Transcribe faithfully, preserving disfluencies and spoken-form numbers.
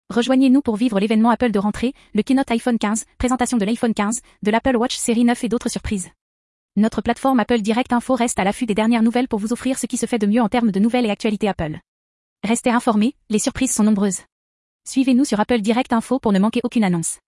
Rejoignez-nous pour vivre l'événement Apple de rentrée, le Keynote iPhone quinze, présentation de l'iPhone quinze, de l'Apple Watch série neuf et d'autres surprises. Notre plateforme Apple Direct Info reste à l'affût des dernières nouvelles pour vous offrir ce qui se fait de mieux en termes de nouvelles et actualités Apple. Restez informés, les surprises sont nombreuses. Suivez-nous sur Apple Direct Info pour ne manquer aucune annonce.